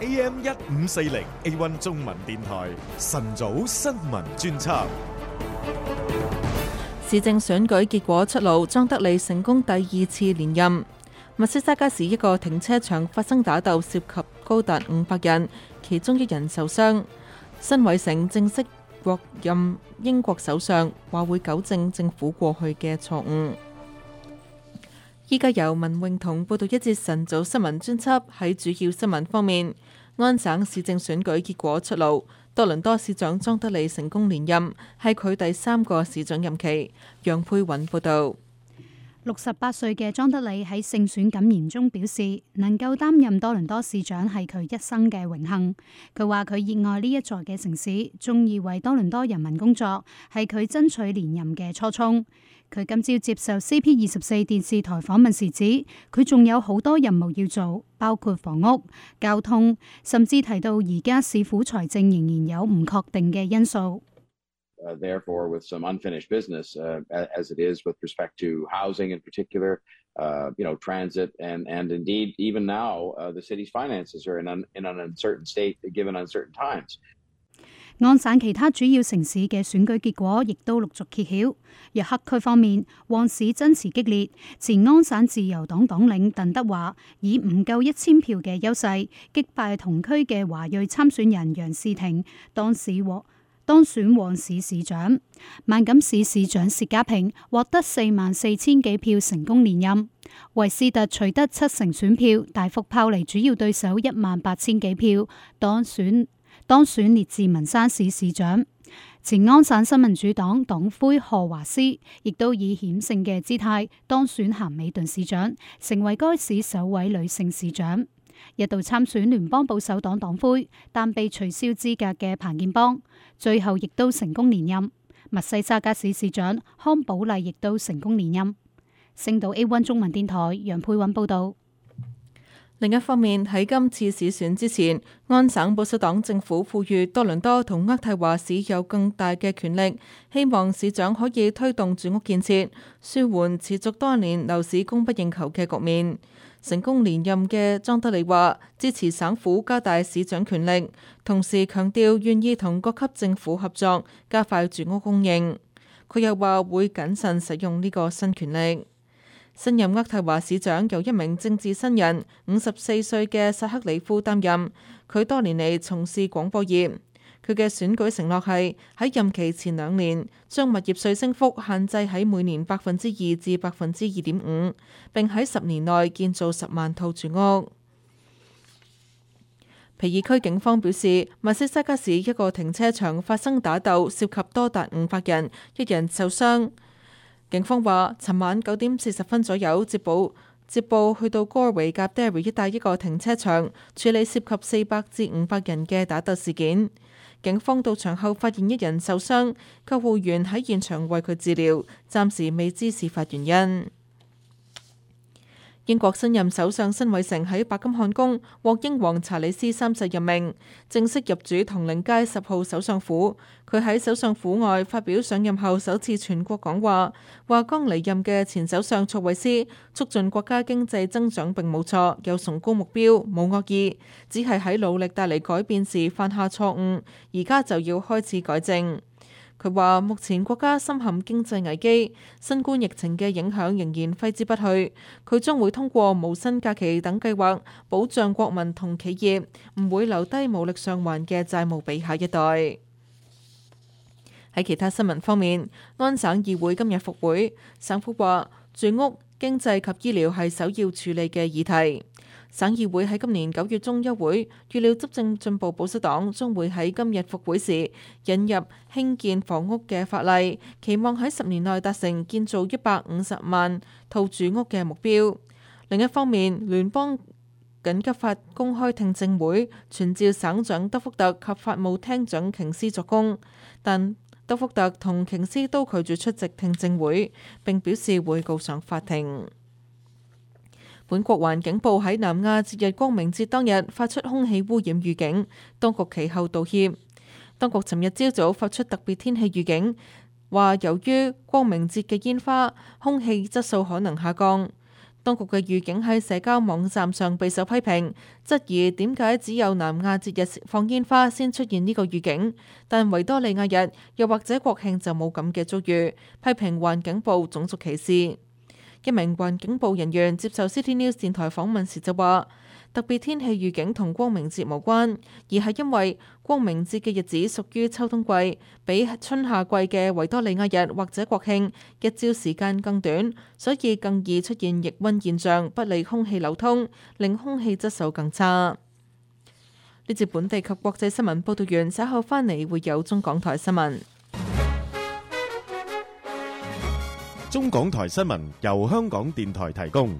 AM1540 A1 中文電台晨早新聞專輯。 市政選舉結果出爐，莊德利成功第2次連任。密西沙加市一個停車場發生打鬥，涉及高達500人，其中1人受傷。辛偉誠正式獲任英國首相，話會糾正政府過去嘅錯誤。依家由文詠彤報道一節晨早新聞專輯。喺主要新聞方面，安省市政選舉結果出爐，多倫多市長莊德利成功連任，係佢第3個市長任期。楊佩雲報道。 68歲嘅莊德利喺勝選感言中表示，能夠擔任多倫多市長係佢一生嘅榮幸。佢話佢熱愛呢一座嘅城市，中意為多倫多人民工作，係佢爭取連任嘅初衷。佢今朝接受 CP24 電視台訪問時指，佢仲有好多任務要做，包括房屋、交通，甚至提到而家市府財政仍然有唔確定嘅因素。 Therefore, with some unfinished business, as it is with respect to housing in particular, transit, and indeed, even now, the city's finances are in an uncertain state given uncertain times. 安省其他主要城市嘅選舉結果亦都陸續揭曉。約克區方面，旺市爭持激烈，前安省自由黨黨領鄧德華以唔夠1000票嘅優勢擊敗同區嘅華裔參選人楊士廷，當選旺市市長。萬錦市市長薛家平獲得44000幾票成功連任，維斯特取得70%選票，大幅拋離主要對手18000幾票，當選列治文山市市長。前安省新民主黨黨魁賀華斯亦都以險勝嘅姿態當選咸美頓市長，成為該市首位女性市長。一度參選聯邦保守黨黨魁，但被取消資格嘅彭建邦，最後亦都成功連任。密西沙加市市長康寶麗亦都成功連任。星島 A1 中文電台楊佩韻報道。 另一方面，喺今次市選之前，安省保守黨政府賦予多倫多同渥太華市有更大嘅權力，希望市長可以推動住屋建設，舒緩持續多年樓市供不應求嘅局面。成功連任嘅莊德利話支持省府加大市長權力，同時強調願意同各級政府合作，加快住屋供應。佢又話會謹慎使用呢個新權力。新任渥太華市長由一名政治新人54歲嘅薩克里夫擔任，佢多年嚟從事廣播業。佢嘅選舉承諾係喺任期前2年將物業稅升幅限制喺每年2%至2.5%，並喺10年內建造10萬套住屋。皮爾區警方表示，密西沙加市一個停車場發生打鬥，涉及多達500人，1人受傷。警方話，尋晚9點40分左右接報去到戈維夾 Derry 一帶一個停車場，處理涉及400至500人嘅打鬥事件。警方到場後發現1人受傷，救護員喺現場為佢治療，暫時未知事發原因。英國新任首相辛偉誠喺白金漢宮獲英皇查理斯3世任命，正式入主唐寧街10號首相府。佢喺首相府外發表上任後首次全國講話，話剛離任嘅前首相卓慧思促進國家經濟增長並冇錯，有崇高目標，冇惡意，只係喺努力帶嚟改變時犯下錯誤，而家就要開始改正。佢話目前國家深陷經濟危機，新冠疫情嘅影響仍然揮之不去。佢將會通過無薪假期等計劃保障國民同企業，唔會留低無力償還嘅債務俾下一代。喺其他新聞方面，安省議會今日復會，省府話住屋、經濟及醫療係首要處理嘅議題。省議會喺今年9月中休會，預料執政進步保守黨將會喺今日復會時引入興建房屋嘅法例，期望喺10年內達成建造150萬套住屋嘅目標。另一方面，聯邦緊急法公開聽證會傳召省長德福特及法務廳長瓊斯作供，但德福特同瓊斯都拒絕出席聽證會，並表示會告上法庭。本國環境部喺南亞節日光明節當日發出空氣污染預警，當局其後道歉。當局尋日朝早發出特別天氣預警，話由於光明節嘅煙花，空氣質素可能下降。 當局嘅預警喺社交網站上備受批評，質疑點解只有南亞節日放煙花先出現呢個預警，但維多利亞日又或者國慶就冇咁嘅遭遇，批評環境部種族歧視。一名環境部人員接受 City News 電台訪問時就話，特別天氣預警同光明節無關，而係因為光明節嘅日子屬於秋冬季，比春夏季嘅維多利亞日或者國慶日照時間更短，所以更易出現逆溫現象，不利空氣流通，令空氣質素更差。呢節本地及國際新聞報道完，稍後返嚟會有中港台新聞。 中港台新聞由香港電台提供。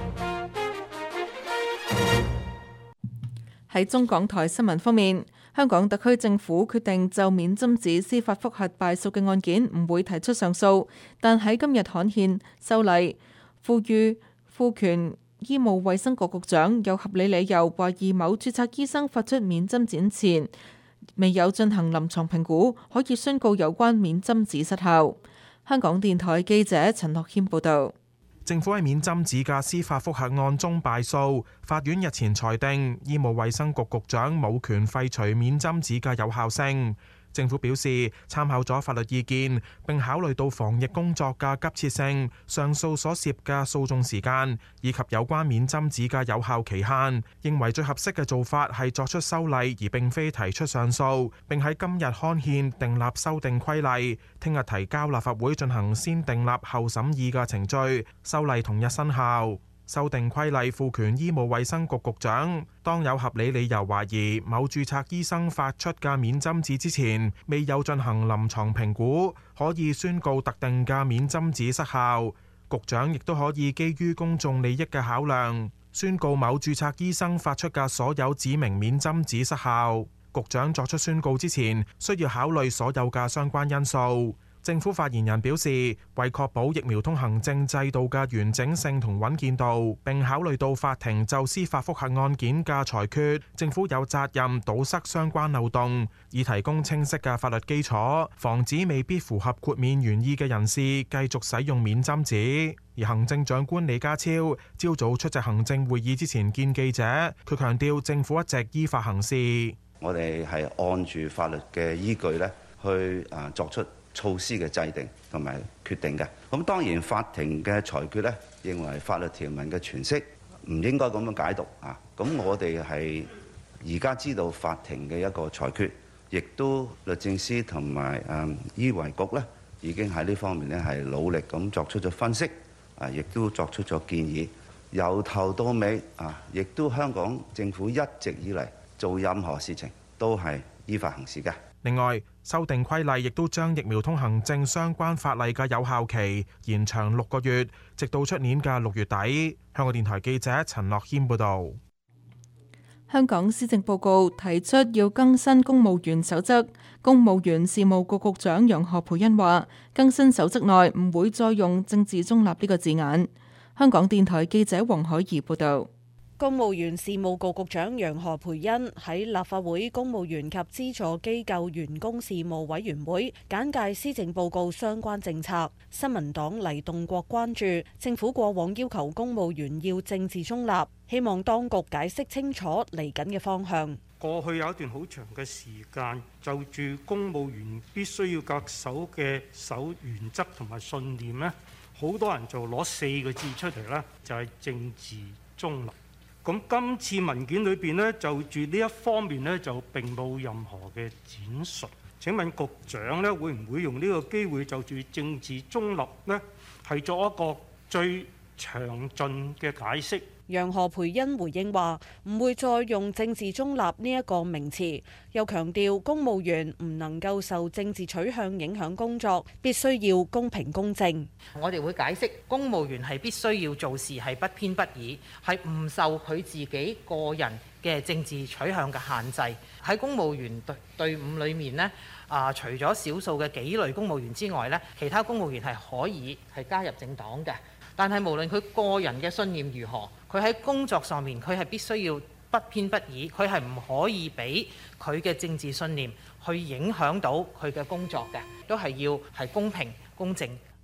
喺中港台新聞方面，香港特區政府決定就免針紙司法覆核敗訴嘅案件唔會提出上訴，但喺今日刊憲修例，賦權醫務衛生局局長有合理理由懷疑某註冊醫生發出免針紙前未有進行臨床評估，可以宣告有關免針紙失效。香港電台記者陳樂謙報道。 政府喺免針紙嘅司法覆核案中敗訴，法院日前裁定醫務衛生局局長冇權廢除免針紙嘅有效性。政府表示，參考咗法律意見，並考慮到防疫工作嘅急切性、上訴所涉嘅訴訟時間以及有關免針紙嘅有效期限，認為最合適嘅做法係作出修例，而並非提出上訴。並喺今日刊憲訂立修訂規例，聽日提交立法會進行先訂立後審議嘅程序，修例同日生效。修訂規例賦權醫務衛生局局長，當有合理理由懷疑某註冊醫生發出嘅免針紙之前未有進行臨床評估，可以宣告特定嘅免針紙失效。局長亦都可以基於公眾利益嘅考量，宣告某註冊醫生發出嘅所有指明免針紙失效。局長作出宣告之前，需要考慮所有嘅相關因素。政府發言人表示，為確保疫苗通行證制度嘅完整性同穩健度，並考慮到法庭就司法覆核案件嘅裁決，政府有責任堵塞相關漏洞，以提供清晰嘅法律基礎，防止未必符合豁免原意嘅人士繼續使用免針紙。而行政長官李家超朝早出席行政會議之前見記者，佢強調政府一直依法行事。 我哋係按住法律嘅依據咧，去作出措施嘅制定同埋決定嘅。咁當然法庭嘅裁決咧，認為法律條文嘅詮釋唔應該咁樣解讀啊。咁我哋係而家知道法庭嘅一個裁決，亦都律政司同埋醫衞局咧，已經喺呢方面咧係努力咁作出咗分析啊，亦都作出咗建議。由頭到尾啊，亦都香港政府一直以嚟做任何事情都係依法行事嘅。 另外，修訂規例亦都將疫苗通行證相關法例嘅有效期延長6個月，直到出年嘅6月底。香港電台記者陳樂謙報導。 香港施政報告提出要更新公務員守則，公務員事務局局長楊何蓓茵話：更新守則內唔會再用政治中立呢個字眼。香港電台記者黃海怡報導。 公務員事務局局長楊何蓓茵喺立法會公務員及資助機構員工事務委員會簡介施政報告相關政策。新民黨黎棟國關注政府過往要求公務員要政治中立，希望當局解釋清楚嚟緊嘅方向。 過去有一段好長嘅時間，就住公務員必須要恪守嘅守原則同埋信念呢，好多人就攞4個字出嚟啦，就係政治中立。咁今次文件裏邊呢，就住呢一方面呢，就並冇任何嘅展述。請問局長呢，會唔會用呢個機會就住政治中立呢，係作一個最詳盡嘅解釋？ 楊何蓓茵回應話：唔會再用政治中立呢一個名詞，又強調公務員唔能夠受政治取向影響工作，必須要公平公正。 我哋會解釋公務員係必須要做事係不偏不倚，係唔受佢自己個人嘅政治取向嘅限制。喺公務員隊伍裏面呢，除咗少數嘅幾類公務員之外呢，其他公務員係可以係加入政黨嘅。但係無論佢個人嘅信念如何，佢喺工作上面佢係必須要不偏不倚，佢係唔可以俾佢嘅政治信念去影響到佢嘅工作嘅，都係要係公平公正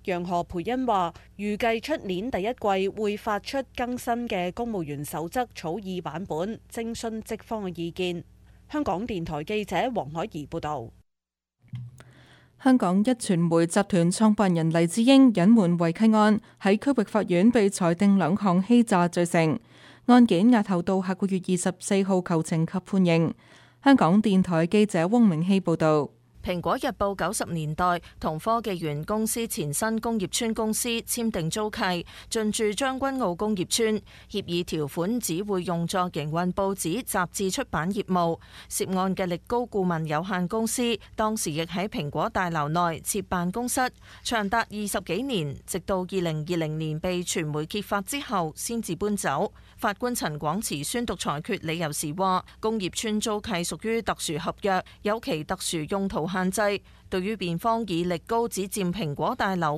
楊何蓓茵話：預計出年第一季會發出更新嘅公務員守則草擬版本，徵詢職方嘅意見。香港電台記者黃海怡報導。 香港一傳媒集團創辦人黎智英隱瞞違契案，喺區域法院被裁定2項欺詐罪成，案件押後到下個月24號求情及判刑。香港電台記者汪明希報導。 蘋果日報90年代同科技園公司前身工業村公司簽訂租契，進駐將軍澳工業村，協議條款只會用作營運報紙、雜誌出版業務。涉案嘅力高顧問有限公司當時亦喺蘋果大樓內設辦公室，長達20幾年，直到2020年被傳媒揭發之後先至搬走。法官陳廣慈宣讀裁決理由時話：工業村租契屬於特殊合約，有其特殊用途限制。對於辯方以力高只佔蘋果大樓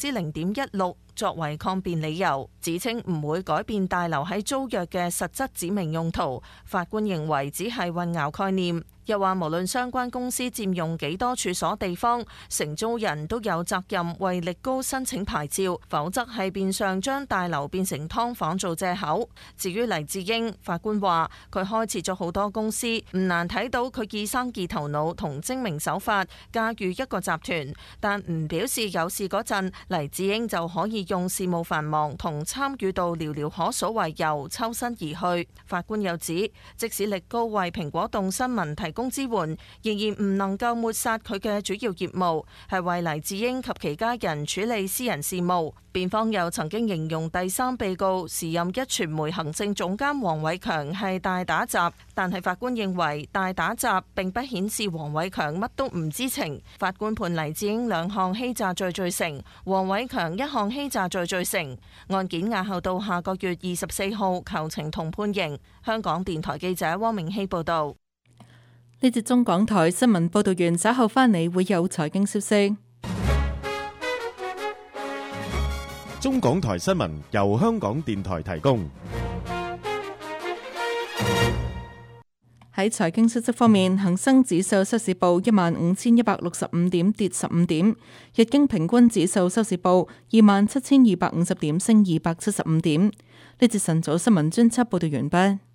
0.16%作為抗辯理由，指稱唔會改變大樓喺租約嘅實質指明用途。法官認為只係混淆概念，又話無論相關公司佔用幾多處所地方，承租人都有責任為力高申請牌照，否則係變相將大樓變成劏房做藉口。至於黎智英，法官話佢開設咗好多公司，唔難睇到佢以生意頭腦同精明手法駕馭一個集團，但唔表示有事嗰陣黎智英就可以用事務繁忙同參與度寥寥可數為由抽身而去。法官又指，即使力高為蘋果動新聞提供支援，仍然唔能夠抹殺佢嘅主要業務係為黎智英及其家人處理私人事務。辯方又曾經形容第三被告時任壹傳媒行政總監黃偉強係大打雜，但係法官認為大打雜並不顯示黃偉強乜都唔知情。法官判黎智英2項欺詐罪罪成，黃偉強1項欺詐罪罪成。案件押後到下個月24號求情同判刑。香港電台記者汪明希報導。 呢節中港台新聞報導完，稍後返嚟會有財經消息。 中港台新聞由香港電台提供。 喺財經消息方面，恒生指數收市報15,165點，跌15點；日經平均指數收市報27,250點，升275點。呢節晨早新聞專輯報導完畢。